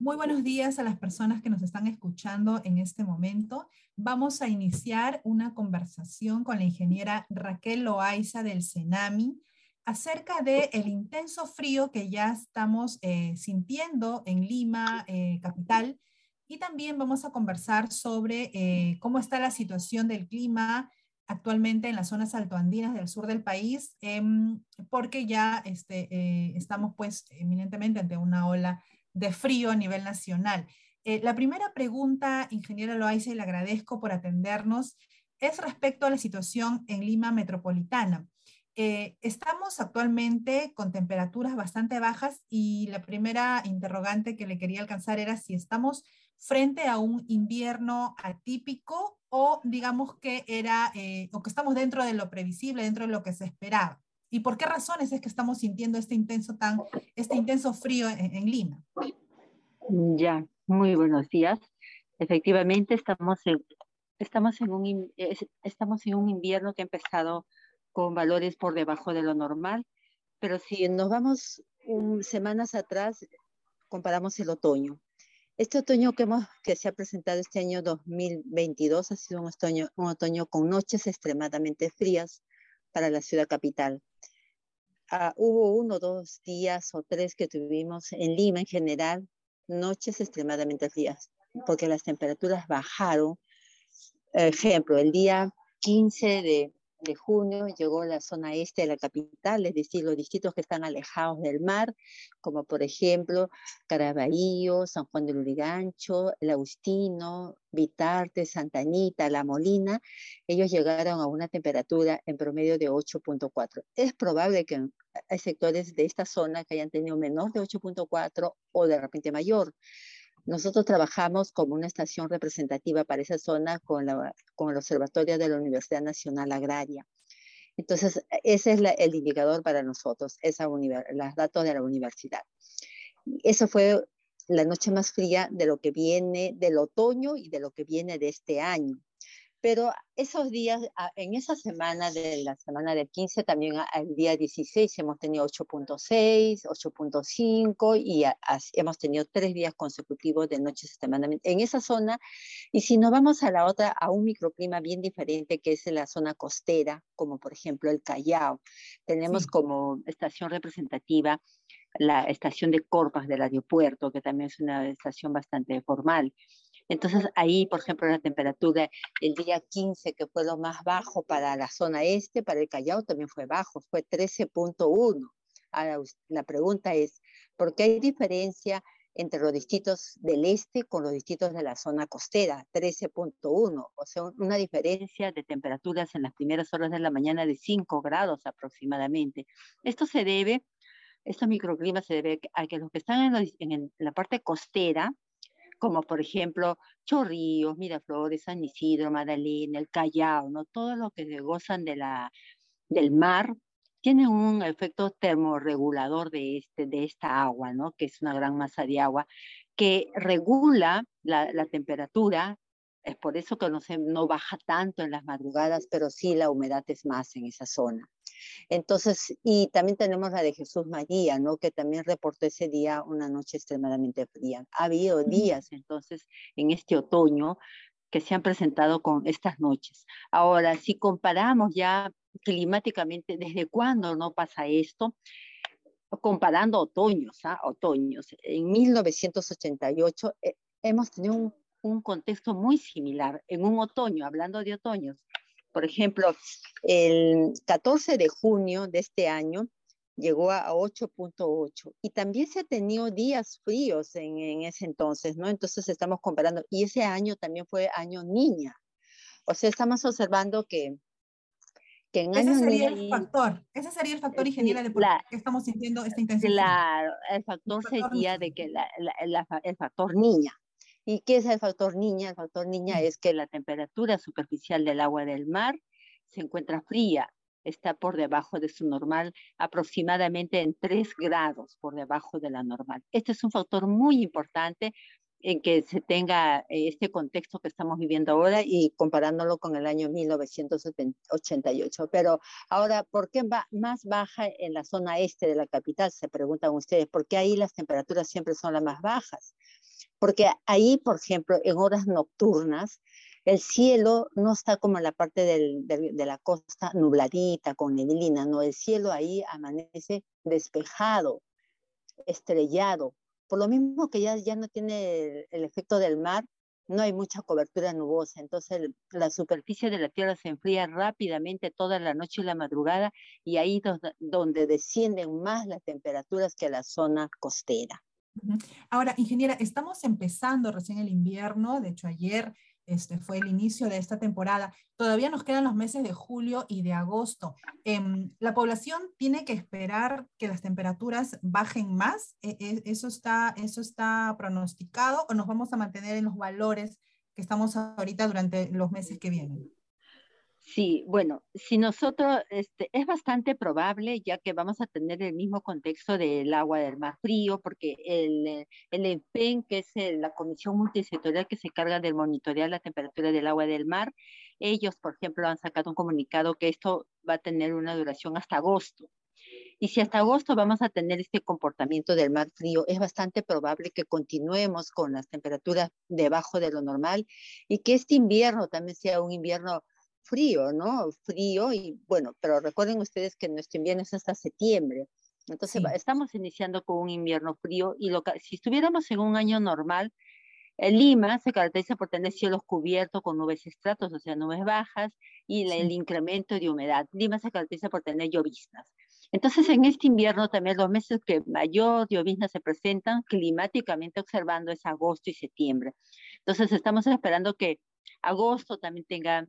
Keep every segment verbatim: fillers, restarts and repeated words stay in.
Muy buenos días a las personas que nos están escuchando en este momento. Vamos a iniciar una conversación con la ingeniera Raquel Loaiza del CENAMI acerca del intenso frío que ya estamos eh, sintiendo en Lima, eh, capital, y también vamos a conversar sobre eh, cómo está la situación del clima actualmente en las zonas altoandinas del sur del país, eh, porque ya este, eh, estamos pues eminentemente ante una ola de frío a nivel nacional. Eh, la primera pregunta, ingeniera Loaiza, y le agradezco por atendernos, es respecto a la situación en Lima metropolitana. Eh, estamos actualmente con temperaturas bastante bajas y la primera interrogante que le quería alcanzar era si estamos frente a un invierno atípico o digamos que era, eh, o que estamos dentro de lo previsible, dentro de lo que se esperaba. ¿Y por qué razones es que estamos sintiendo este intenso, tan, este intenso frío en, en Lima? Ya, muy buenos días. Efectivamente, estamos en, estamos en un, in- es- estamos en un invierno que ha empezado con valores por debajo de lo normal, pero si nos vamos um, semanas atrás, comparamos el otoño. Este otoño que, hemos, que se ha presentado este año dos mil veintidós ha sido un otoño, un otoño con noches extremadamente frías para la ciudad capital. Ah, hubo uno, dos días o tres que tuvimos en Lima en general, noches extremadamente frías, porque las temperaturas bajaron. Ejemplo, el día quince de, de junio llegó a la zona este de la capital, es decir, los distritos que están alejados del mar, como por ejemplo Caraballo, San Juan de Lurigancho, El Agustino, Vitarte, Santa Anita, La Molina. Ellos llegaron a una temperatura en promedio de ocho punto cuatro. Es probable que hay sectores de esta zona que hayan tenido menor de ocho punto cuatro o de repente mayor. Nosotros trabajamos como una estación representativa para esa zona con, la, con el Observatorio de la Universidad Nacional Agraria. Entonces, ese es la, el indicador para nosotros, esa los datos de la universidad. Eso fue la noche más fría de lo que viene del otoño y de lo que viene de este año. Pero esos días, en esa semana de la semana del quince, también el día dieciséis hemos tenido ocho punto seis, ocho punto cinco y a, a, hemos tenido tres días consecutivos de noches extremadamente en esa zona. Y si nos vamos a la otra, a un microclima bien diferente que es en la zona costera, como por ejemplo el Callao, tenemos Sí. como estación representativa la estación de Corpas del aeropuerto, que también es una estación bastante formal. Entonces ahí, por ejemplo, la temperatura el día quince, que fue lo más bajo para la zona este, para el Callao también fue bajo, fue trece punto uno. Ahora, la pregunta es, ¿por qué hay diferencia entre los distritos del este con los distritos de la zona costera? trece punto uno, o sea, una diferencia de temperaturas en las primeras horas de la mañana de cinco grados aproximadamente. Esto se debe, estos microclimas se debe a que los que están en, los, en la parte costera, como por ejemplo Chorrillos, Miraflores, San Isidro, Magdalena, el Callao, ¿no? Todo lo que gozan de la, del mar, tienen un efecto termorregulador de, este, de esta agua, ¿no? Que es una gran masa de agua que regula la, la temperatura. Es por eso que no, se, no baja tanto en las madrugadas, pero sí la humedad es más en esa zona. Entonces, y también tenemos la de Jesús María, ¿no? Que también reportó ese día una noche extremadamente fría. Ha habido días, entonces, en este otoño que se han presentado con estas noches. Ahora, si comparamos ya climáticamente, ¿desde cuándo no pasa esto? Comparando otoños, ¿ah? Otoños. En mil novecientos ochenta y ocho eh, hemos tenido un, un contexto muy similar en un otoño, hablando de otoños. Por ejemplo, el catorce de junio de este año llegó a ocho punto ocho y también se ha tenido días fríos en, en ese entonces, ¿no? Entonces estamos comparando, y ese año también fue año niña. O sea, estamos observando que, que en Ese año sería niña el y factor, ese sería el factor, ingeniera, sí, de por la, qué estamos sintiendo este intenso frío. claro, el El factor factor sería niño. de que la, la, la, el factor niña. ¿Y qué es el factor niña? El factor niña Sí. es que la temperatura superficial del agua del mar se encuentra fría, está por debajo de su normal, aproximadamente en tres grados por debajo de la normal. Este es un factor muy importante en que se tenga este contexto que estamos viviendo ahora y comparándolo con el año mil novecientos ochenta y ocho. Pero ahora, ¿por qué va más baja en la zona este de la capital? Se preguntan ustedes, ¿por qué ahí las temperaturas siempre son las más bajas? porque ahí, por ejemplo, en horas nocturnas, el cielo no está como en la parte del, del, de la costa nubladita, con neblina, no, el cielo ahí amanece despejado, estrellado. Por lo mismo que ya, ya no tiene el, el efecto del mar, no hay mucha cobertura nubosa, entonces el, la superficie de la Tierra se enfría rápidamente toda la noche y la madrugada, y ahí do, donde descienden más las temperaturas que la zona costera. Ahora, ingeniera, estamos empezando recién el invierno, de hecho ayer este, fue el inicio de esta temporada, todavía nos quedan los meses de julio y de agosto. Eh, ¿La población tiene que esperar que las temperaturas bajen más? ¿E -e ¿Eso está, eso está pronosticado o nos vamos a mantener en los valores que estamos ahorita durante los meses que vienen? Sí, bueno, si nosotros, este, es bastante probable, ya que vamos a tener el mismo contexto del agua del mar frío, porque el, eh, el E N P E N, que es el- la comisión multisectorial que se encarga de monitorear la temperatura del agua del mar, ellos, por ejemplo, han sacado un comunicado que esto va a tener una duración hasta agosto. Y si hasta agosto vamos a tener este comportamiento del mar frío, es bastante probable que continuemos con las temperaturas debajo de lo normal y que este invierno también sea un invierno frío, ¿no? Frío y bueno, pero recuerden ustedes que nuestro invierno es hasta septiembre. Entonces Sí. estamos iniciando con un invierno frío y lo que, si estuviéramos en un año normal, eh, Lima se caracteriza por tener cielos cubiertos con nubes estratos, o sea, nubes bajas, y la, el Sí. incremento de humedad. Lima se caracteriza por tener lloviznas. Entonces, en este invierno también los meses que mayor llovizna se presentan climáticamente observando es agosto y septiembre. Entonces, estamos esperando que agosto también tenga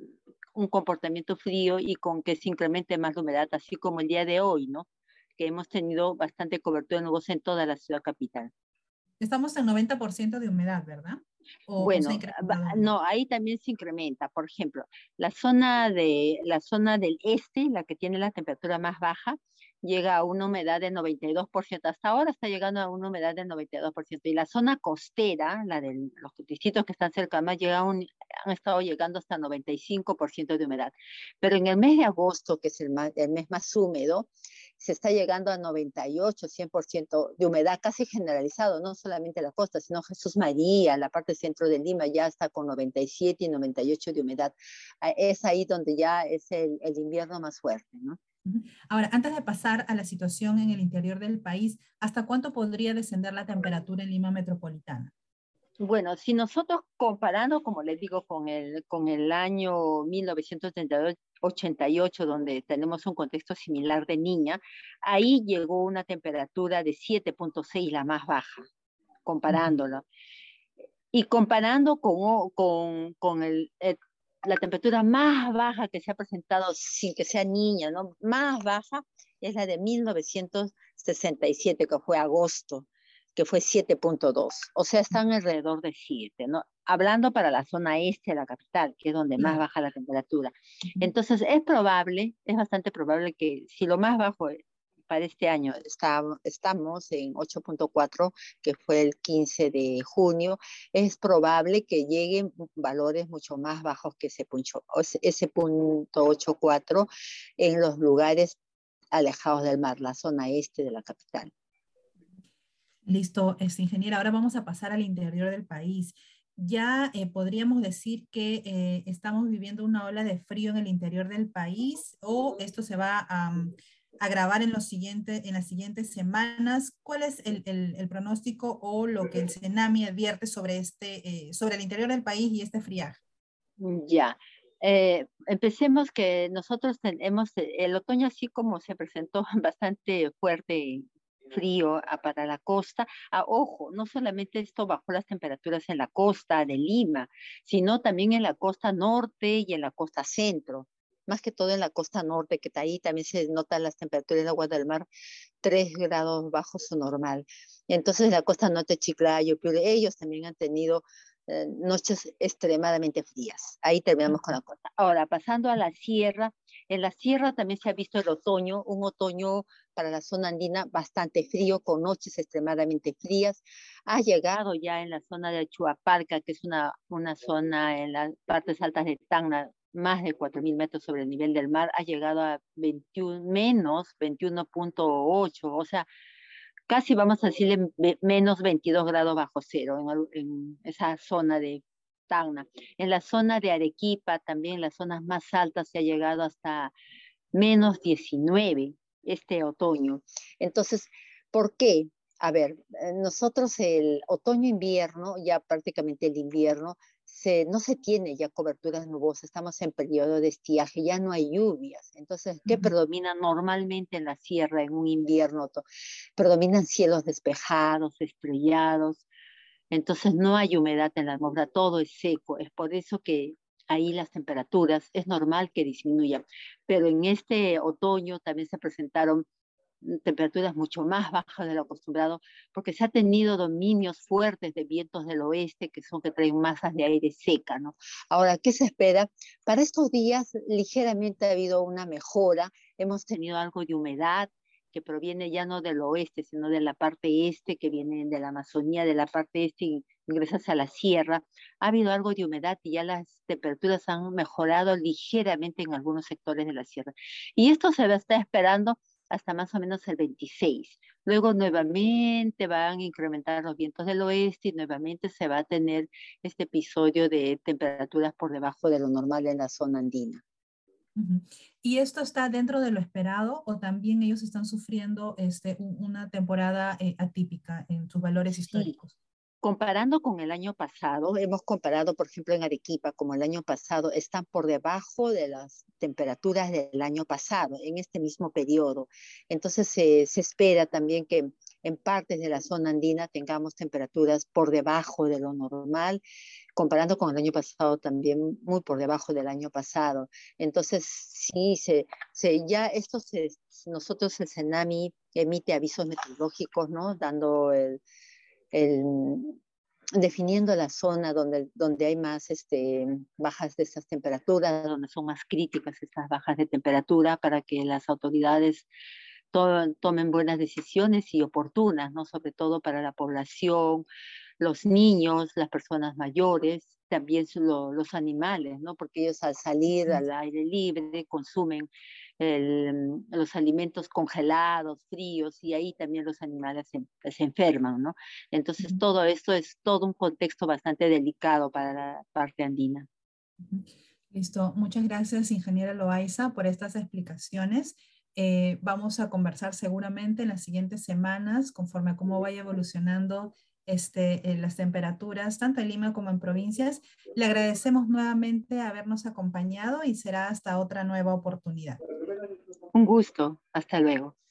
un comportamiento frío y con que se incremente más la humedad, así como el día de hoy, ¿no? Que hemos tenido bastante cobertura nubosa en toda la ciudad capital. Estamos en noventa por ciento de humedad, ¿verdad? ¿O, o se ha Bueno, incrementado más? no, ahí también se incrementa. Por ejemplo, la zona de la zona del este, la que tiene la temperatura más baja, llega a una humedad de noventa y dos por ciento. Hasta ahora está llegando a una humedad del noventa y dos por ciento. Y la zona costera, la de los distritos que están cerca, más llega a un, han estado llegando hasta noventa y cinco por ciento de humedad. Pero en el mes de agosto, que es el, más, el mes más húmedo, se está llegando a noventa y ocho, cien por ciento de humedad casi generalizado, no solamente la costa, sino Jesús María, la parte centro de Lima ya está con noventa y siete y noventa y ocho de humedad. Es ahí donde ya es el, el invierno más fuerte, ¿no? Ahora, antes de pasar a la situación en el interior del país, ¿hasta cuánto podría descender la temperatura en Lima metropolitana? Bueno, si nosotros comparando, como les digo, con el, con el año mil novecientos ochenta y ocho, donde tenemos un contexto similar de niña, ahí llegó una temperatura de siete punto seis, la más baja, comparándolo. Y comparando con, con, con el, el, la temperatura más baja que se ha presentado sin que sea niña, ¿no? Más baja es la de mil novecientos sesenta y siete, que fue agosto, que fue siete punto dos. O sea, están alrededor de siete, ¿no? Hablando para la zona este de la capital, que es donde más Claro. baja la temperatura. Entonces, es probable, es bastante probable que si lo más bajo para este año está, estamos en ocho punto cuatro, que fue el quince de junio, es probable que lleguen valores mucho más bajos que ese punto, ese punto ochenta y cuatro en los lugares alejados del mar, la zona este de la capital. Listo, este, ingeniera. Ahora vamos a pasar al interior del país. Ya eh, podríamos decir que eh, estamos viviendo una ola de frío en el interior del país o esto se va a um, agravar en, los siguiente, en las siguientes semanas. ¿Cuál es el, el, el pronóstico o lo que el CENAMI advierte sobre, este, eh, sobre el interior del país y este friaje? Ya. Eh, empecemos que nosotros tenemos el otoño así como se presentó bastante fuerte, frío a, para la costa. Ah, ojo, no solamente esto bajó las temperaturas en la costa de Lima, sino también en la costa norte y en la costa centro. Más que todo en la costa norte, que ahí también se notan las temperaturas del agua del mar tres grados bajo su normal. Y entonces en la costa norte, Chiclayo, Piure, ellos también han tenido eh, noches extremadamente frías. Ahí terminamos con la costa. Ahora, pasando a la sierra, en la sierra también se ha visto el otoño, un otoño para la zona andina bastante frío, con noches extremadamente frías. Ha llegado ya en la zona de Chuapalca, que es una, una zona en las partes altas de Tacna, más de cuatro mil metros sobre el nivel del mar, ha llegado a veintiuno, menos veintiuno punto ocho, o sea, casi vamos a decirle menos veintidós grados bajo cero en, en esa zona de Tacna. En la zona de Arequipa, también en las zonas más altas se ha llegado hasta menos diecinueve este otoño. Entonces, ¿por qué? A ver, nosotros el otoño-invierno, ya prácticamente el invierno, se, no se tiene ya coberturas nubosas, estamos en periodo de estiaje, ya no hay lluvias. Entonces, ¿qué Ujú. predomina normalmente en la sierra en un invierno? Predominan cielos despejados, estrellados, entonces no hay humedad en la atmósfera, todo es seco. Es por eso que ahí las temperaturas es normal que disminuyan. Pero en este otoño también se presentaron temperaturas mucho más bajas de lo acostumbrado, porque se ha tenido dominios fuertes de vientos del oeste que son que traen masas de aire seca, ¿no? Ahora, ¿qué se espera? Para estos días ligeramente ha habido una mejora, hemos tenido algo de humedad que proviene ya no del oeste, sino de la parte este, que viene de la Amazonía, de la parte este y ingresas a la sierra. Ha habido algo de humedad y ya las temperaturas han mejorado ligeramente en algunos sectores de la sierra. Y esto se va a estar esperando hasta más o menos el veintiséis. Luego nuevamente van a incrementar los vientos del oeste y nuevamente se va a tener este episodio de temperaturas por debajo de lo normal en la zona andina. Uh-huh. ¿Y esto está dentro de lo esperado o también ellos están sufriendo este, un, una temporada eh, atípica en sus valores Sí, históricos? comparando con el año pasado, hemos comparado, por ejemplo, en Arequipa, como el año pasado, están por debajo de las temperaturas del año pasado, en este mismo periodo. Entonces, se, se espera también que en partes de la zona andina tengamos temperaturas por debajo de lo normal, comparando con el año pasado también muy por debajo del año pasado. Entonces, sí, se, se, ya esto se, nosotros el CENAMI emite avisos meteorológicos, ¿no? Dando el el, definiendo la zona donde, donde hay más este, bajas de estas temperaturas, donde son más críticas estas bajas de temperatura para que las autoridades to tomen buenas decisiones y oportunas, ¿no? Sobre todo para la población, los niños, las personas mayores, también lo, los animales, ¿no? Porque ellos al salir al aire libre consumen el, los alimentos congelados, fríos, y ahí también los animales se, se enferman, ¿no? Entonces Uh-huh. todo esto es todo un contexto bastante delicado para la parte andina. Uh-huh. Listo. Muchas gracias, ingeniera Loaiza, por estas explicaciones. Eh, vamos a conversar seguramente en las siguientes semanas, conforme a cómo vaya evolucionando este, eh, las temperaturas, tanto en Lima como en provincias. Le agradecemos nuevamente habernos acompañado y será hasta otra nueva oportunidad. Un gusto. Hasta luego.